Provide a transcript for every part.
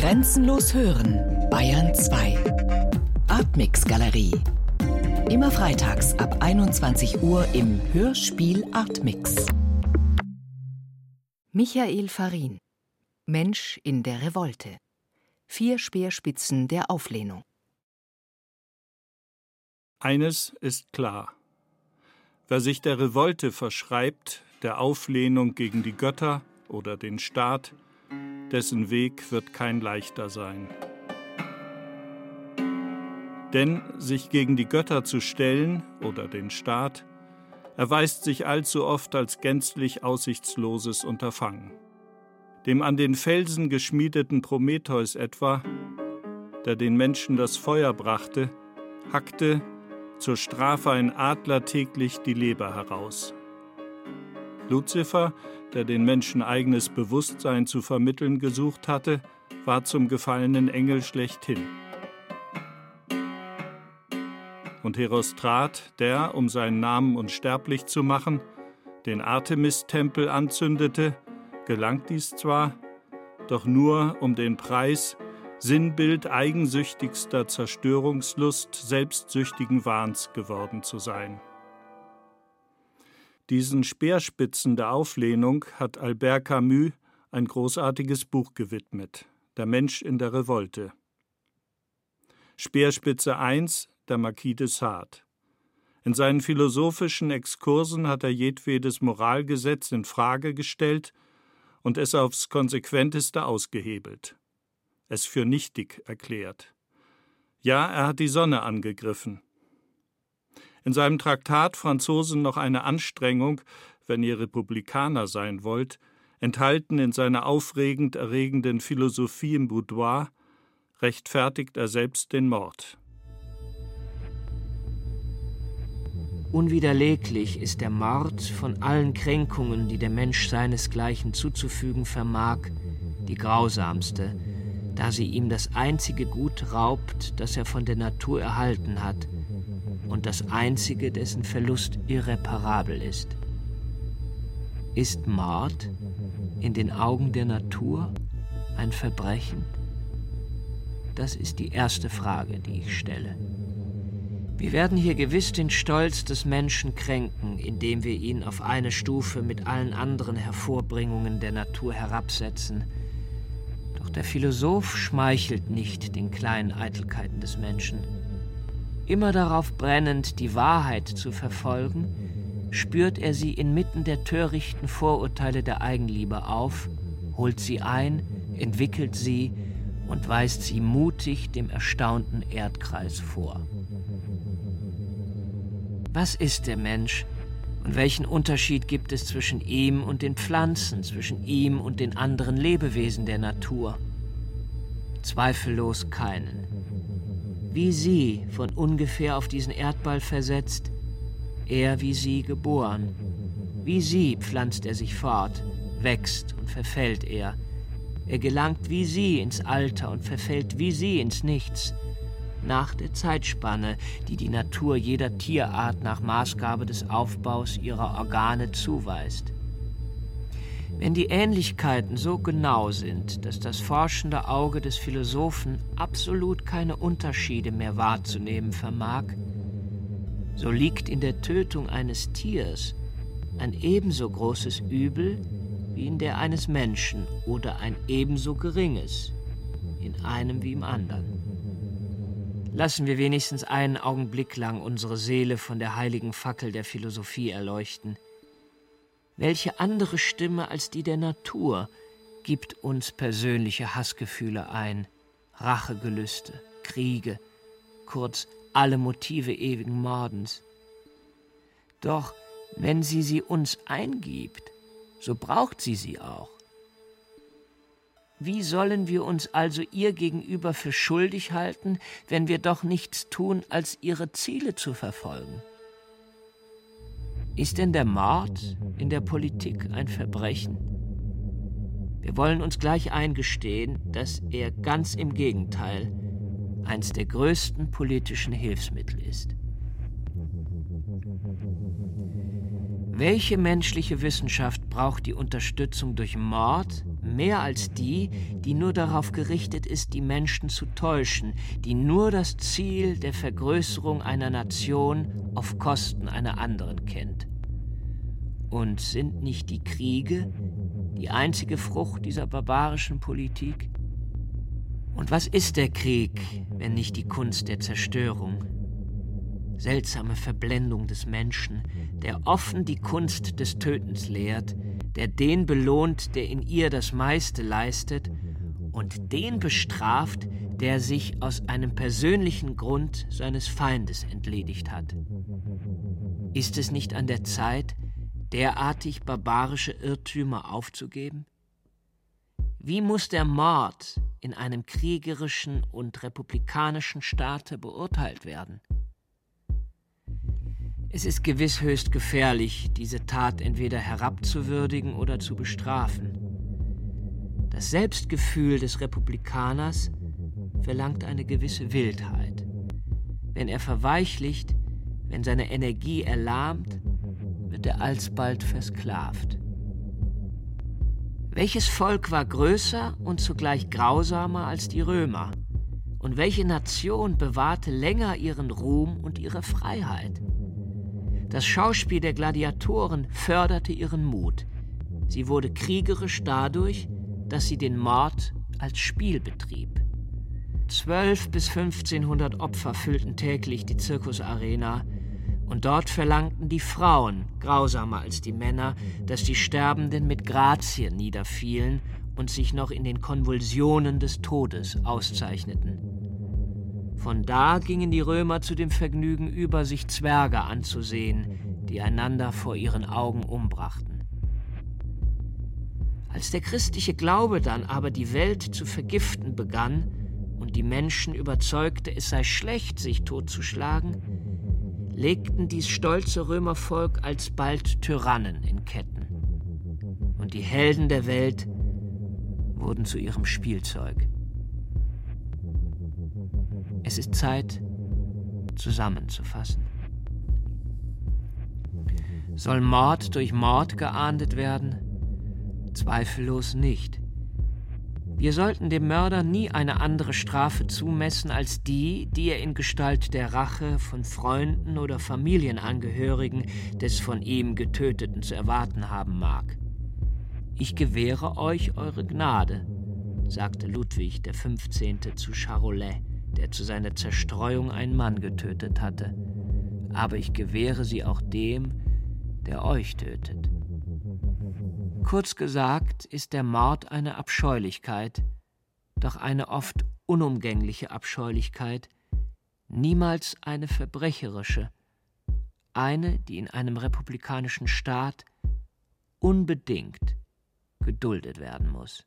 Grenzenlos hören, Bayern 2. Artmix Galerie. Immer freitags ab 21 Uhr im Hörspiel Artmix. Michael Farin. Mensch in der Revolte. 4 Speerspitzen der Auflehnung. Eines ist klar. Wer sich der Revolte verschreibt, der Auflehnung gegen die Götter oder den Staat, dessen Weg wird kein leichter sein. Denn sich gegen die Götter zu stellen oder den Staat, erweist sich allzu oft als gänzlich aussichtsloses Unterfangen. Dem an den Felsen geschmiedeten Prometheus etwa, der den Menschen das Feuer brachte, hackte zur Strafe ein Adler täglich die Leber heraus. Luzifer, der den Menschen eigenes Bewusstsein zu vermitteln gesucht hatte, war zum gefallenen Engel schlechthin. Und Herostrat, der, um seinen Namen unsterblich zu machen, den Artemis-Tempel anzündete, gelang dies zwar, doch nur um den Preis, Sinnbild eigensüchtigster Zerstörungslust, selbstsüchtigen Wahns geworden zu sein. Diesen Speerspitzen der Auflehnung hat Albert Camus ein großartiges Buch gewidmet, Der Mensch in der Revolte. Speerspitze 1, der Marquis de Sade. In seinen philosophischen Exkursen hat er jedwedes Moralgesetz in Frage gestellt und es aufs Konsequenteste ausgehebelt, es für nichtig erklärt. Ja, er hat die Sonne angegriffen. In seinem Traktat »Franzosen noch eine Anstrengung, wenn ihr Republikaner sein wollt«, enthalten in seiner aufregend erregenden Philosophie im Boudoir, rechtfertigt er selbst den Mord. Unwiderleglich ist der Mord von allen Kränkungen, die der Mensch seinesgleichen zuzufügen vermag, die grausamste, da sie ihm das einzige Gut raubt, das er von der Natur erhalten hat, und das einzige, dessen Verlust irreparabel ist. Ist Mord in den Augen der Natur ein Verbrechen? Das ist die erste Frage, die ich stelle. Wir werden hier gewiss den Stolz des Menschen kränken, indem wir ihn auf eine Stufe mit allen anderen Hervorbringungen der Natur herabsetzen. Doch der Philosoph schmeichelt nicht den kleinen Eitelkeiten des Menschen. Immer darauf brennend, die Wahrheit zu verfolgen, spürt er sie inmitten der törichten Vorurteile der Eigenliebe auf, holt sie ein, entwickelt sie und weist sie mutig dem erstaunten Erdkreis vor. Was ist der Mensch und welchen Unterschied gibt es zwischen ihm und den Pflanzen, zwischen ihm und den anderen Lebewesen der Natur? Zweifellos keinen. Wie sie von ungefähr auf diesen Erdball versetzt, er wie sie geboren. Wie sie pflanzt er sich fort, wächst und verfällt er. Er gelangt wie sie ins Alter und verfällt wie sie ins Nichts. Nach der Zeitspanne, die die Natur jeder Tierart nach Maßgabe des Aufbaus ihrer Organe zuweist. Wenn die Ähnlichkeiten so genau sind, dass das forschende Auge des Philosophen absolut keine Unterschiede mehr wahrzunehmen vermag, so liegt in der Tötung eines Tiers ein ebenso großes Übel wie in der eines Menschen oder ein ebenso geringes, in einem wie im anderen. Lassen wir wenigstens einen Augenblick lang unsere Seele von der heiligen Fackel der Philosophie erleuchten. Welche andere Stimme als die der Natur gibt uns persönliche Hassgefühle ein, Rachegelüste, Kriege, kurz alle Motive ewigen Mordens? Doch wenn sie uns eingibt, so braucht sie auch. Wie sollen wir uns also ihr gegenüber für schuldig halten, wenn wir doch nichts tun, als ihre Ziele zu verfolgen? Ist denn der Mord in der Politik ein Verbrechen? Wir wollen uns gleich eingestehen, dass er ganz im Gegenteil eins der größten politischen Hilfsmittel ist. Welche menschliche Wissenschaft braucht die Unterstützung durch Mord, mehr als die, die nur darauf gerichtet ist, die Menschen zu täuschen, die nur das Ziel der Vergrößerung einer Nation auf Kosten einer anderen kennt. Und sind nicht die Kriege die einzige Frucht dieser barbarischen Politik? Und was ist der Krieg, wenn nicht die Kunst der Zerstörung? Seltsame Verblendung des Menschen, der offen die Kunst des Tötens lehrt, der den belohnt, der in ihr das meiste leistet, und den bestraft, der sich aus einem persönlichen Grund seines Feindes entledigt hat. Ist es nicht an der Zeit, derartig barbarische Irrtümer aufzugeben? Wie muss der Mord in einem kriegerischen und republikanischen Staate beurteilt werden? Es ist gewiss höchst gefährlich, diese Tat entweder herabzuwürdigen oder zu bestrafen. Das Selbstgefühl des Republikaners verlangt eine gewisse Wildheit. Wenn er verweichlicht, wenn seine Energie erlahmt, wird er alsbald versklavt. Welches Volk war größer und zugleich grausamer als die Römer? Und welche Nation bewahrte länger ihren Ruhm und ihre Freiheit? Das Schauspiel der Gladiatoren förderte ihren Mut. Sie wurde kriegerisch dadurch, dass sie den Mord als Spiel betrieb. 1200 bis 1500 Opfer füllten täglich die Zirkusarena, und dort verlangten die Frauen, grausamer als die Männer, dass die Sterbenden mit Grazien niederfielen und sich noch in den Konvulsionen des Todes auszeichneten. Von da gingen die Römer zu dem Vergnügen über, sich Zwerge anzusehen, die einander vor ihren Augen umbrachten. Als der christliche Glaube dann aber die Welt zu vergiften begann und die Menschen überzeugte, es sei schlecht, sich totzuschlagen, legten dies stolze Römervolk alsbald Tyrannen in Ketten. Und die Helden der Welt wurden zu ihrem Spielzeug. Es ist Zeit, zusammenzufassen. Soll Mord durch Mord geahndet werden? Zweifellos nicht. Wir sollten dem Mörder nie eine andere Strafe zumessen als die, die er in Gestalt der Rache von Freunden oder Familienangehörigen des von ihm Getöteten zu erwarten haben mag. Ich gewähre euch eure Gnade, sagte Ludwig der 15. zu Charolais, der zu seiner Zerstreuung einen Mann getötet hatte. Aber ich gewähre sie auch dem, der euch tötet. Kurz gesagt ist der Mord eine Abscheulichkeit, doch eine oft unumgängliche Abscheulichkeit, niemals eine verbrecherische, eine, die in einem republikanischen Staat unbedingt geduldet werden muss.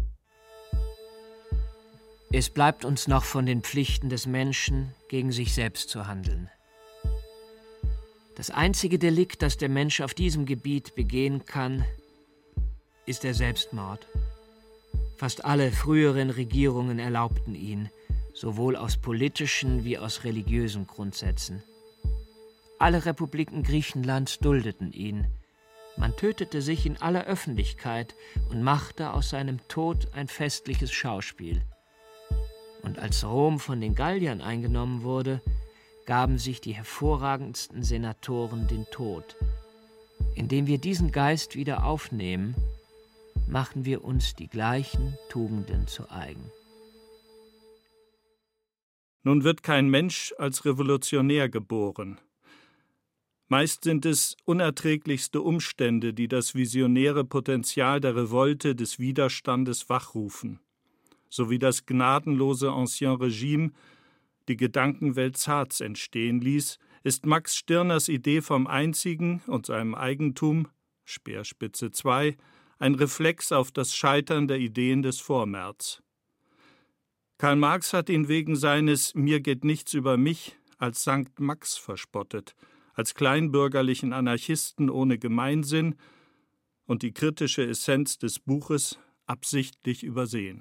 Es bleibt uns noch von den Pflichten des Menschen gegen sich selbst zu handeln. Das einzige Delikt, das der Mensch auf diesem Gebiet begehen kann, ist der Selbstmord. Fast alle früheren Regierungen erlaubten ihn, sowohl aus politischen wie aus religiösen Grundsätzen. Alle Republiken Griechenlands duldeten ihn. Man tötete sich in aller Öffentlichkeit und machte aus seinem Tod ein festliches Schauspiel. Und als Rom von den Galliern eingenommen wurde, gaben sich die hervorragendsten Senatoren den Tod. Indem wir diesen Geist wieder aufnehmen, machen wir uns die gleichen Tugenden zu eigen. Nun wird kein Mensch als Revolutionär geboren. Meist sind es unerträglichste Umstände, die das visionäre Potenzial der Revolte, des Widerstandes wachrufen, sowie das gnadenlose Ancien Regime die Gedankenwelt Zarts entstehen ließ, ist Max Stirners Idee vom Einzigen und seinem Eigentum, Speerspitze 2, ein Reflex auf das Scheitern der Ideen des Vormärz. Karl Marx hat ihn wegen seines »Mir geht nichts über mich« als Sankt Max verspottet, als kleinbürgerlichen Anarchisten ohne Gemeinsinn und die kritische Essenz des Buches absichtlich übersehen.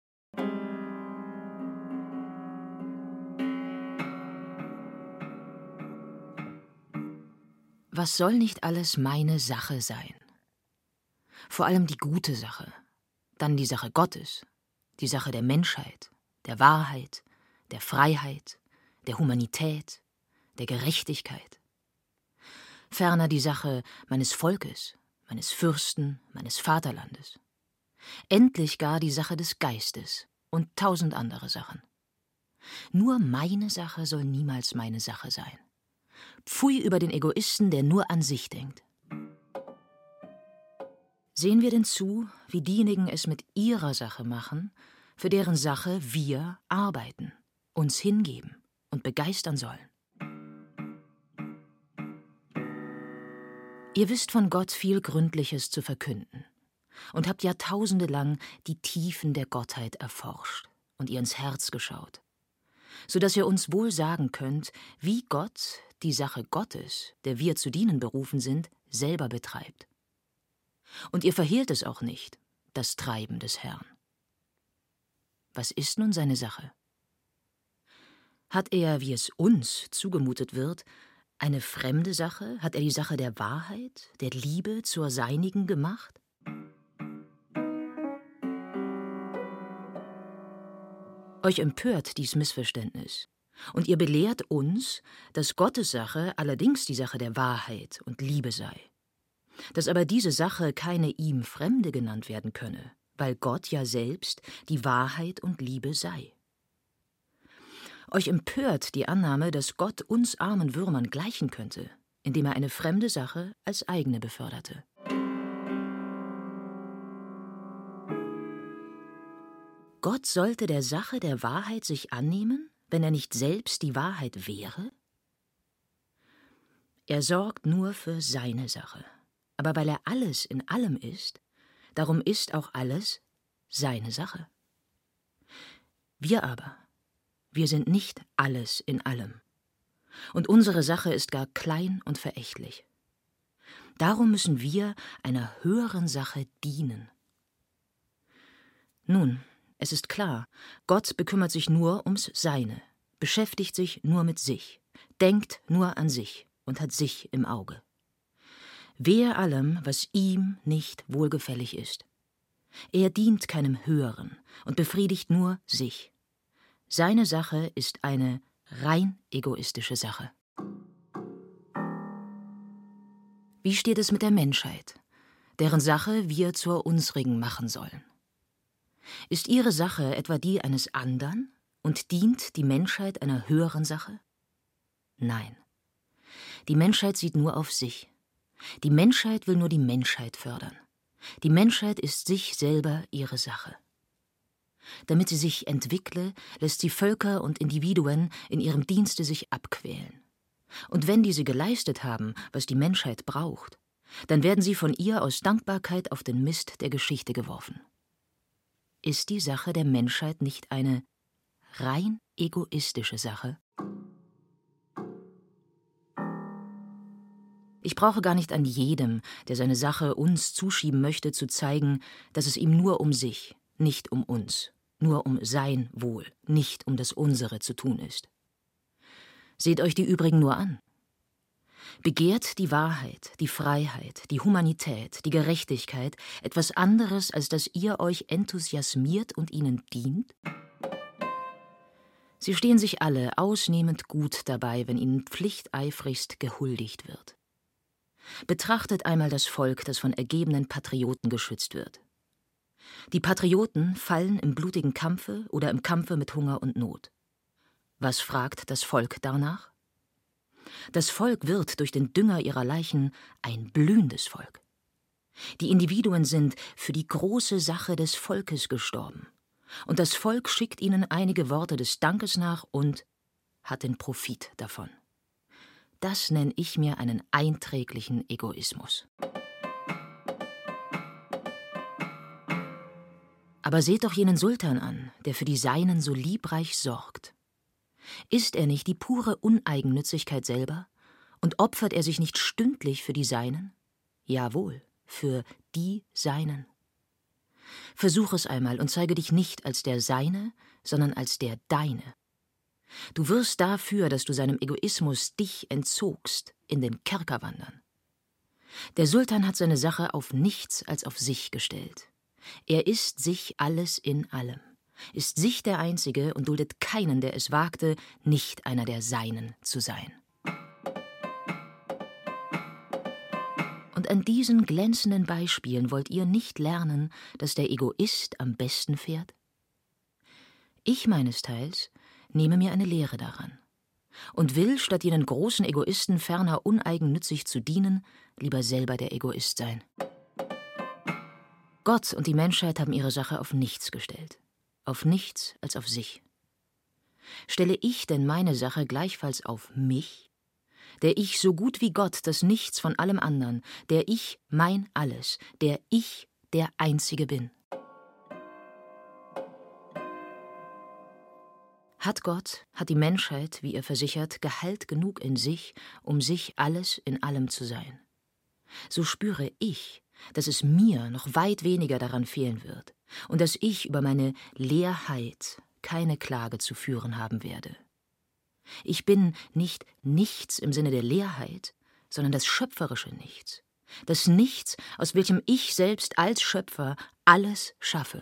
Was soll nicht alles meine Sache sein? Vor allem die gute Sache. Dann die Sache Gottes, die Sache der Menschheit, der Wahrheit, der Freiheit, der Humanität, der Gerechtigkeit. Ferner die Sache meines Volkes, meines Fürsten, meines Vaterlandes. Endlich gar die Sache des Geistes und 1000 andere Sachen. Nur meine Sache soll niemals meine Sache sein. Pfui über den Egoisten, der nur an sich denkt. Sehen wir denn zu, wie diejenigen es mit ihrer Sache machen, für deren Sache wir arbeiten, uns hingeben und begeistern sollen. Ihr wisst von Gott viel Gründliches zu verkünden und habt Jahrtausende lang die Tiefen der Gottheit erforscht und ihr ins Herz geschaut, so dass ihr uns wohl sagen könnt, wie Gott die Sache Gottes, der wir zu dienen berufen sind, selber betreibt. Und ihr verhehlt es auch nicht, das Treiben des Herrn. Was ist nun seine Sache? Hat er, wie es uns zugemutet wird, eine fremde Sache? Hat er die Sache der Wahrheit, der Liebe zur seinigen gemacht? Euch empört dies Missverständnis, und ihr belehrt uns, dass Gottes Sache allerdings die Sache der Wahrheit und Liebe sei, dass aber diese Sache keine ihm Fremde genannt werden könne, weil Gott ja selbst die Wahrheit und Liebe sei. Euch empört die Annahme, dass Gott uns armen Würmern gleichen könnte, indem er eine fremde Sache als eigene beförderte. Gott sollte der Sache der Wahrheit sich annehmen, wenn er nicht selbst die Wahrheit wäre? Er sorgt nur für seine Sache, aber weil er alles in allem ist, darum ist auch alles seine Sache. Wir aber, wir sind nicht alles in allem, und unsere Sache ist gar klein und verächtlich. Darum müssen wir einer höheren Sache dienen. Nun, es ist klar, Gott bekümmert sich nur ums Seine, beschäftigt sich nur mit sich, denkt nur an sich und hat sich im Auge. Wehe allem, was ihm nicht wohlgefällig ist. Er dient keinem Höheren und befriedigt nur sich. Seine Sache ist eine rein egoistische Sache. Wie steht es mit der Menschheit, deren Sache wir zur unsrigen machen sollen? Ist ihre Sache etwa die eines andern und dient die Menschheit einer höheren Sache? Nein. Die Menschheit sieht nur auf sich. Die Menschheit will nur die Menschheit fördern. Die Menschheit ist sich selber ihre Sache. Damit sie sich entwickle, lässt sie Völker und Individuen in ihrem Dienste sich abquälen. Und wenn diese geleistet haben, was die Menschheit braucht, dann werden sie von ihr aus Dankbarkeit auf den Mist der Geschichte geworfen. Ist die Sache der Menschheit nicht eine rein egoistische Sache? Ich brauche gar nicht an jedem, der seine Sache uns zuschieben möchte, zu zeigen, dass es ihm nur um sich, nicht um uns, nur um sein Wohl, nicht um das Unsere zu tun ist. Seht euch die übrigen nur an. Begehrt die Wahrheit, die Freiheit, die Humanität, die Gerechtigkeit etwas anderes, als dass ihr euch enthusiasmiert und ihnen dient? Sie stehen sich alle ausnehmend gut dabei, wenn ihnen pflichteifrigst gehuldigt wird. Betrachtet einmal das Volk, das von ergebenen Patrioten geschützt wird. Die Patrioten fallen im blutigen Kampfe oder im Kampfe mit Hunger und Not. Was fragt das Volk danach? Das Volk wird durch den Dünger ihrer Leichen ein blühendes Volk. Die Individuen sind für die große Sache des Volkes gestorben. Und das Volk schickt ihnen einige Worte des Dankes nach und hat den Profit davon. Das nenne ich mir einen einträglichen Egoismus. Aber seht doch jenen Sultan an, der für die Seinen so liebreich sorgt. Ist er nicht die pure Uneigennützigkeit selber und opfert er sich nicht stündlich für die Seinen? Jawohl, für die Seinen. Versuch es einmal und zeige dich nicht als der Seine, sondern als der Deine. Du wirst dafür, dass du seinem Egoismus dich entzogst, in den Kerker wandern. Der Sultan hat seine Sache auf nichts als auf sich gestellt. Er ist sich alles in allem, ist sich der Einzige und duldet keinen, der es wagte, nicht einer der Seinen zu sein. Und an diesen glänzenden Beispielen wollt ihr nicht lernen, dass der Egoist am besten fährt? Ich meinesteils nehme mir eine Lehre daran und will, statt jenen großen Egoisten ferner uneigennützig zu dienen, lieber selber der Egoist sein. Gott und die Menschheit haben ihre Sache auf nichts gestellt, auf nichts als auf sich. Stelle ich denn meine Sache gleichfalls auf mich, der ich so gut wie Gott das Nichts von allem anderen, der ich mein Alles, der ich der Einzige bin? Hat Gott, hat die Menschheit, wie er versichert, Gehalt genug in sich, um sich alles in allem zu sein? So spüre ich, dass es mir noch weit weniger daran fehlen wird und dass ich über meine Leerheit keine Klage zu führen haben werde. Ich bin nicht Nichts im Sinne der Leerheit, sondern das schöpferische Nichts, das Nichts, aus welchem ich selbst als Schöpfer alles schaffe.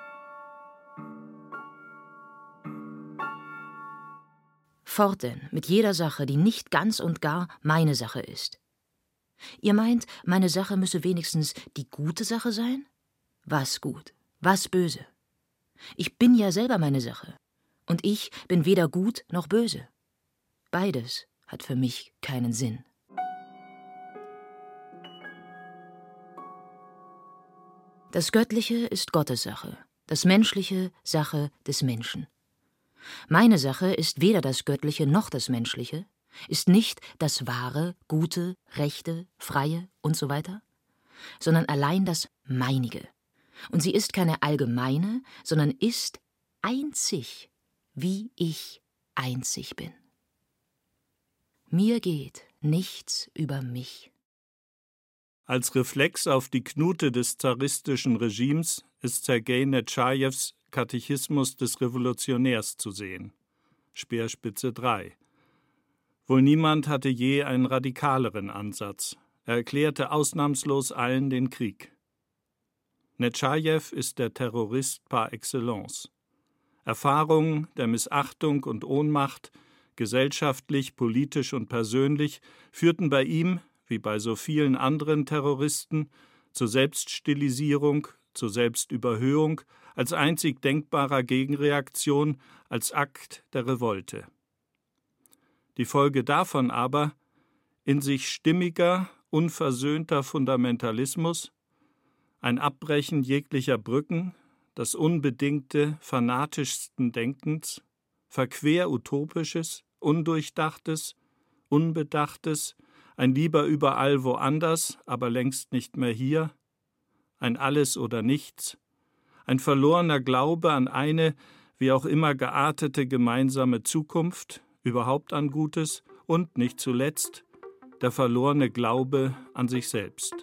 Fort denn mit jeder Sache, die nicht ganz und gar meine Sache ist. Ihr meint, meine Sache müsse wenigstens die gute Sache sein? Was gut, was böse? Ich bin ja selber meine Sache. Und ich bin weder gut noch böse. Beides hat für mich keinen Sinn. Das Göttliche ist Gottes Sache, das Menschliche Sache des Menschen. Meine Sache ist weder das Göttliche noch das Menschliche, ist nicht das Wahre, Gute, Rechte, Freie und so weiter, sondern allein das Meinige. Und sie ist keine allgemeine, sondern ist einzig, wie ich einzig bin. Mir geht nichts über mich. Als Reflex auf die Knute des zaristischen Regimes ist Sergei Netschajews Katechismus des Revolutionärs zu sehen. Speerspitze 3. Wohl niemand hatte je einen radikaleren Ansatz. Er erklärte ausnahmslos allen den Krieg. Netschajew ist der Terrorist par excellence. Erfahrungen der Missachtung und Ohnmacht, gesellschaftlich, politisch und persönlich, führten bei ihm, wie bei so vielen anderen Terroristen, zur Selbststilisierung, zur Selbstüberhöhung, als einzig denkbarer Gegenreaktion, als Akt der Revolte. Die Folge davon aber, in sich stimmiger, unversöhnter Fundamentalismus, ein Abbrechen jeglicher Brücken, das unbedingte, fanatischsten Denkens, verquer-utopisches, undurchdachtes, unbedachtes, ein lieber überall woanders, aber längst nicht mehr hier, ein Alles oder Nichts, ein verlorener Glaube an eine, wie auch immer geartete gemeinsame Zukunft, überhaupt an Gutes und, nicht zuletzt, der verlorene Glaube an sich selbst.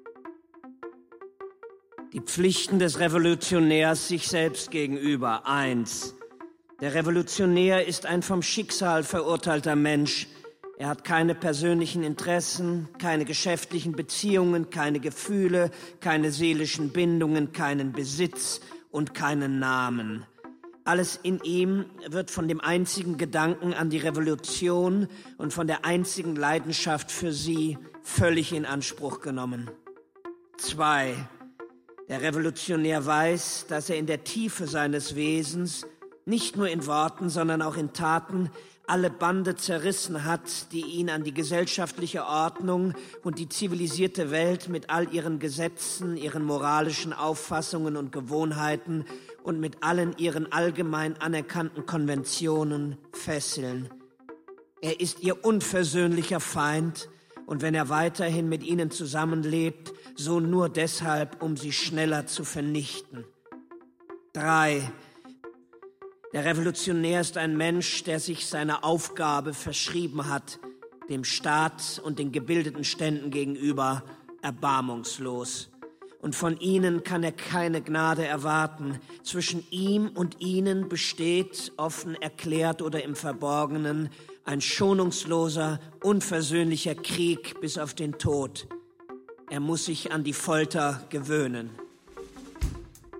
Die Pflichten des Revolutionärs sich selbst gegenüber. 1. Der Revolutionär ist ein vom Schicksal verurteilter Mensch. Er hat keine persönlichen Interessen, keine geschäftlichen Beziehungen, keine Gefühle, keine seelischen Bindungen, keinen Besitz und keinen Namen. Alles in ihm wird von dem einzigen Gedanken an die Revolution und von der einzigen Leidenschaft für sie völlig in Anspruch genommen. 2. Der Revolutionär weiß, dass er in der Tiefe seines Wesens, nicht nur in Worten, sondern auch in Taten, alle Bande zerrissen hat, die ihn an die gesellschaftliche Ordnung und die zivilisierte Welt mit all ihren Gesetzen, ihren moralischen Auffassungen und Gewohnheiten und mit allen ihren allgemein anerkannten Konventionen fesseln. Er ist ihr unversöhnlicher Feind, und wenn er weiterhin mit ihnen zusammenlebt, so nur deshalb, um sie schneller zu vernichten. 3. Der Revolutionär ist ein Mensch, der sich seiner Aufgabe verschrieben hat, dem Staat und den gebildeten Ständen gegenüber erbarmungslos. Und von ihnen kann er keine Gnade erwarten. Zwischen ihm und ihnen besteht, offen erklärt oder im Verborgenen, ein schonungsloser, unversöhnlicher Krieg bis auf den Tod. Er muss sich an die Folter gewöhnen.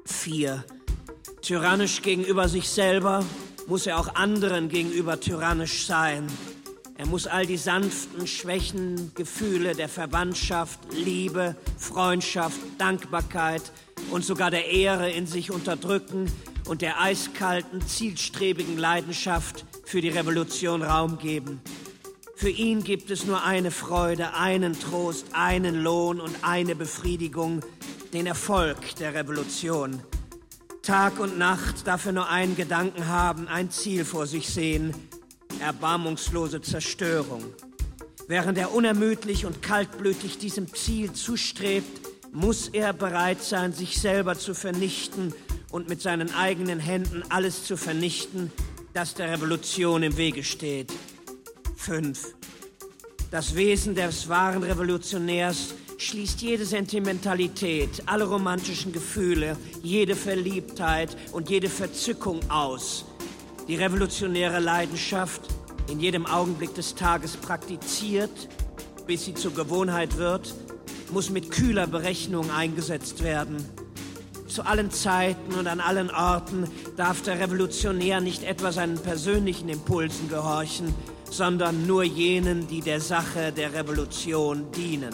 4. Tyrannisch gegenüber sich selber muss er auch anderen gegenüber tyrannisch sein. Er muss all die sanften Schwächen, Gefühle der Verwandtschaft, Liebe, Freundschaft, Dankbarkeit und sogar der Ehre in sich unterdrücken und der eiskalten, zielstrebigen Leidenschaft für die Revolution Raum geben. Für ihn gibt es nur eine Freude, einen Trost, einen Lohn und eine Befriedigung, den Erfolg der Revolution. Tag und Nacht darf er nur einen Gedanken haben, ein Ziel vor sich sehen: erbarmungslose Zerstörung. Während er unermüdlich und kaltblütig diesem Ziel zustrebt, muss er bereit sein, sich selber zu vernichten und mit seinen eigenen Händen alles zu vernichten, das der Revolution im Wege steht. 5. Das Wesen des wahren Revolutionärs schließt jede Sentimentalität, alle romantischen Gefühle, jede Verliebtheit und jede Verzückung aus. Die revolutionäre Leidenschaft, in jedem Augenblick des Tages praktiziert, bis sie zur Gewohnheit wird, muss mit kühler Berechnung eingesetzt werden. Zu allen Zeiten und an allen Orten darf der Revolutionär nicht etwa seinen persönlichen Impulsen gehorchen, sondern nur jenen, die der Sache der Revolution dienen.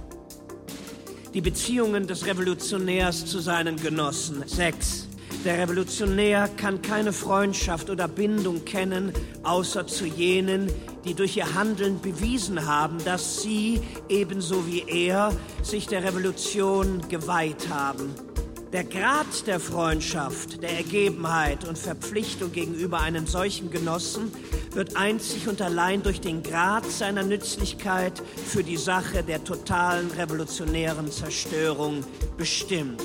Die Beziehungen des Revolutionärs zu seinen Genossen. 6. Der Revolutionär kann keine Freundschaft oder Bindung kennen, außer zu jenen, die durch ihr Handeln bewiesen haben, dass sie, ebenso wie er, sich der Revolution geweiht haben. Der Grad der Freundschaft, der Ergebenheit und Verpflichtung gegenüber einem solchen Genossen wird einzig und allein durch den Grad seiner Nützlichkeit für die Sache der totalen revolutionären Zerstörung bestimmt.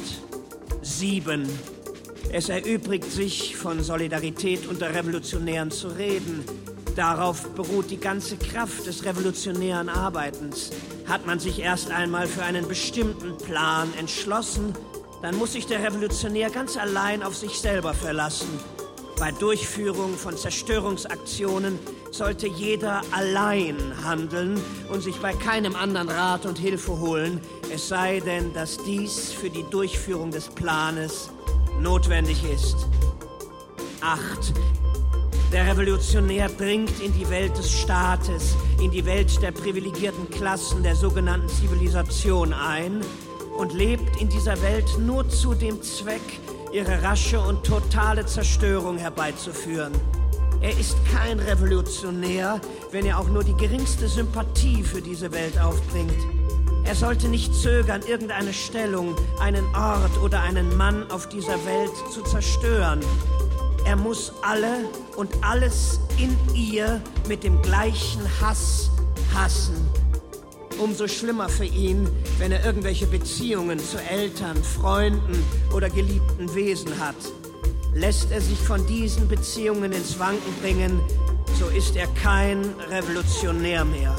7. Es erübrigt sich, von Solidarität unter Revolutionären zu reden. Darauf beruht die ganze Kraft des revolutionären Arbeitens. Hat man sich erst einmal für einen bestimmten Plan entschlossen, dann muss sich der Revolutionär ganz allein auf sich selber verlassen. Bei Durchführung von Zerstörungsaktionen sollte jeder allein handeln und sich bei keinem anderen Rat und Hilfe holen, es sei denn, dass dies für die Durchführung des Planes notwendig ist. 8. Der Revolutionär dringt in die Welt des Staates, in die Welt der privilegierten Klassen der sogenannten Zivilisation ein und lebt in dieser Welt nur zu dem Zweck, ihre rasche und totale Zerstörung herbeizuführen. Er ist kein Revolutionär, wenn er auch nur die geringste Sympathie für diese Welt aufbringt. Er sollte nicht zögern, irgendeine Stellung, einen Ort oder einen Mann auf dieser Welt zu zerstören. Er muss alle und alles in ihr mit dem gleichen Hass hassen. Umso schlimmer für ihn, wenn er irgendwelche Beziehungen zu Eltern, Freunden oder geliebten Wesen hat. Lässt er sich von diesen Beziehungen ins Wanken bringen, so ist er kein Revolutionär mehr.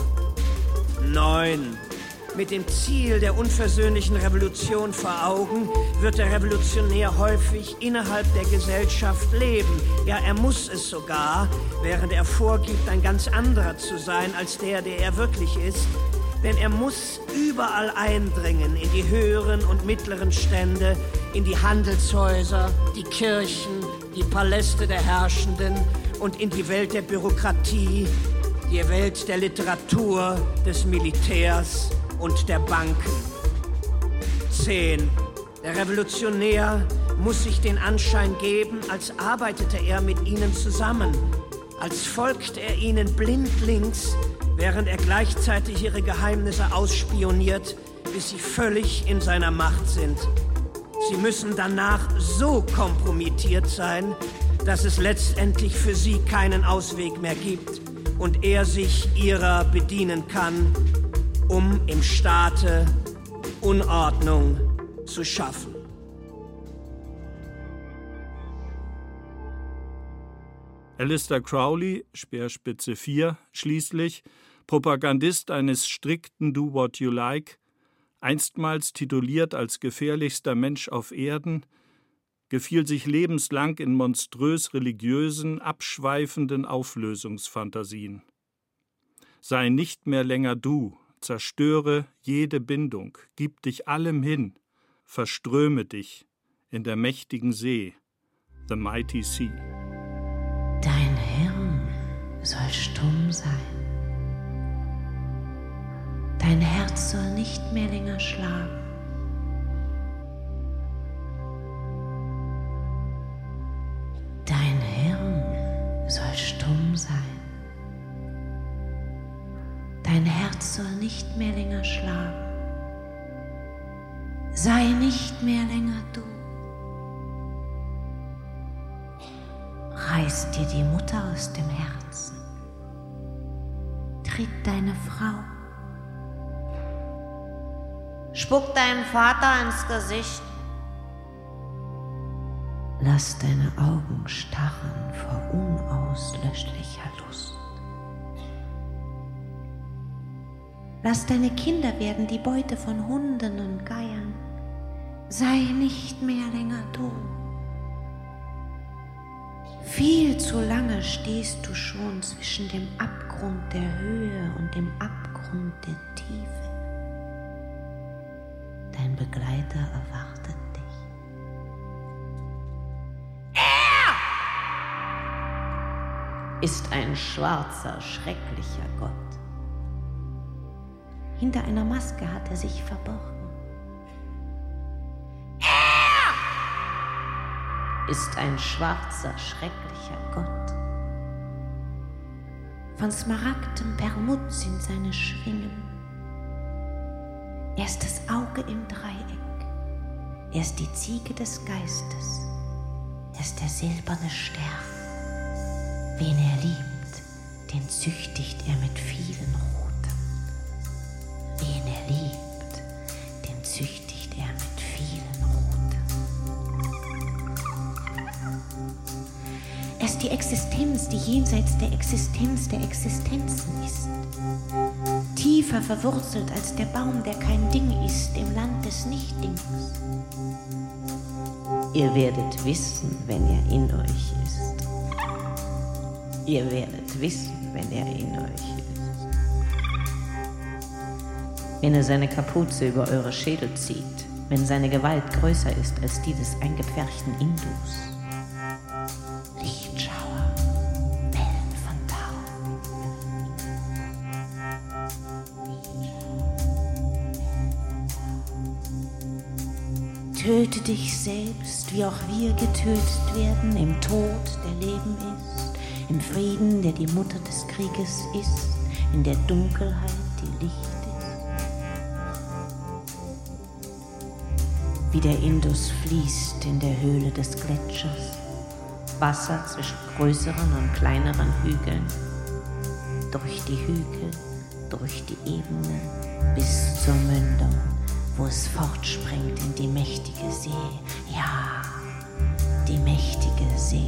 9. Mit dem Ziel der unversöhnlichen Revolution vor Augen wird der Revolutionär häufig innerhalb der Gesellschaft leben. Ja, er muss es sogar, während er vorgibt, ein ganz anderer zu sein als der er wirklich ist. Denn er muss überall eindringen, in die höheren und mittleren Stände, in die Handelshäuser, die Kirchen, die Paläste der Herrschenden und in die Welt der Bürokratie, die Welt der Literatur, des Militärs und der Banken. 10. Der Revolutionär muss sich den Anschein geben, als arbeitete er mit ihnen zusammen, als folgt er ihnen blindlings, während er gleichzeitig ihre Geheimnisse ausspioniert, bis sie völlig in seiner Macht sind. Sie müssen danach so kompromittiert sein, dass es letztendlich für sie keinen Ausweg mehr gibt und er sich ihrer bedienen kann, um im Staate Unordnung zu schaffen. Aleister Crowley, Speerspitze 4, schließlich Propagandist eines strikten Do What You Like, einstmals tituliert als gefährlichster Mensch auf Erden, gefiel sich lebenslang in monströs religiösen, abschweifenden Auflösungsfantasien. Sei nicht mehr länger du, zerstöre jede Bindung, gib dich allem hin, verströme dich, in der mächtigen See, the mighty sea. Dein Hirn soll stumm sein. Dein Herz soll nicht mehr länger schlagen. Dein Hirn soll stumm sein. Dein Herz soll nicht mehr länger schlagen. Sei nicht mehr länger du. Reiß dir die Mutter aus dem Herzen. Tritt deine Frau. Spuck deinem Vater ins Gesicht. Lass deine Augen starren vor unauslöschlicher Lust. Lass deine Kinder werden die Beute von Hunden und Geiern. Sei nicht mehr länger du. Viel zu lange stehst du schon zwischen dem Abgrund der Höhe und dem Abgrund der Tiefe. Dein Begleiter erwartet dich. Er ist ein schwarzer, schrecklicher Gott. Hinter einer Maske hat er sich verborgen. Er ist ein schwarzer, schrecklicher Gott. Von smaragdem Permut sind seine Schwingen. Er ist das Auge im Dreieck. Er ist die Ziege des Geistes. Er ist der silberne Stern. Wen er liebt, den züchtigt er mit vielen Ruten. Wen er liebt, den züchtigt er mit vielen Ruten. Er ist die Existenz, die jenseits der Existenz der Existenzen ist. Tiefer verwurzelt als der Baum, der kein Ding ist, im Land des Nichtdings. Ihr werdet wissen, wenn er in euch ist. Ihr werdet wissen, wenn er in euch ist. Wenn er seine Kapuze über eure Schädel zieht, wenn seine Gewalt größer ist als die des eingepferchten Indus. Lichtschauer, Wellen von Tau. Töte dich selbst, wie auch wir getötet werden, im Tod, der Leben ist, im Frieden, der die Mutter des Krieges ist, in der Dunkelheit, die Licht ist. Wie der Indus fließt in der Höhle des Gletschers, Wasser zwischen größeren und kleineren Hügeln, durch die Hügel, durch die Ebenen, bis zur Mündung, wo es fortspringt in die mächtige See. Ja, die mächtige See.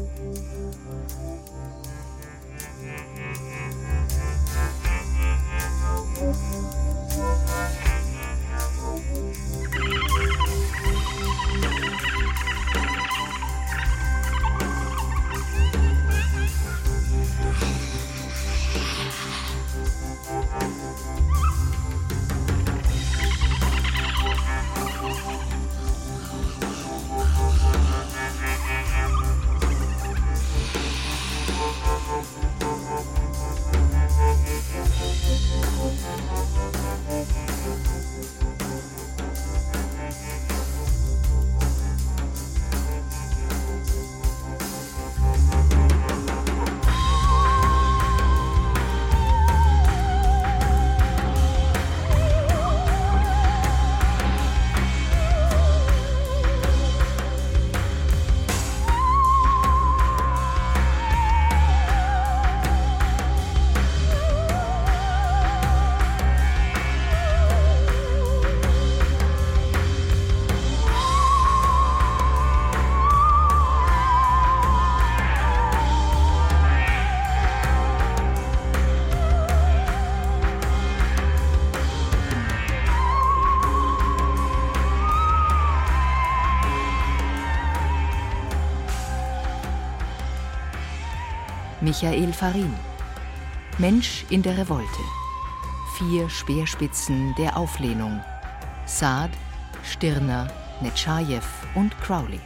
Michael Farin. Mensch in der Revolte. 4 Speerspitzen der Auflehnung. Sade, Stirner, Netschajew und Crowley.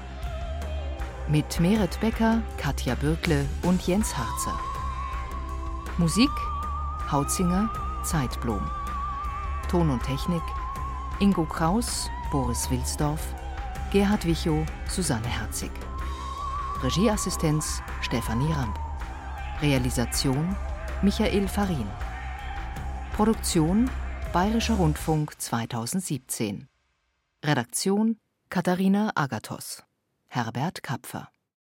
Mit Meret Becker, Katja Bürkle und Jens Harzer. Musik Hautzinger, Zeitblom. Ton und Technik Ingo Kraus, Boris Wilsdorf, Gerhard Wichow, Susanne Herzig. Regieassistenz Stefanie Ramp. Realisation Michael Farin. Produktion Bayerischer Rundfunk 2017. Redaktion Katharina Agathos. Herbert Kapfer.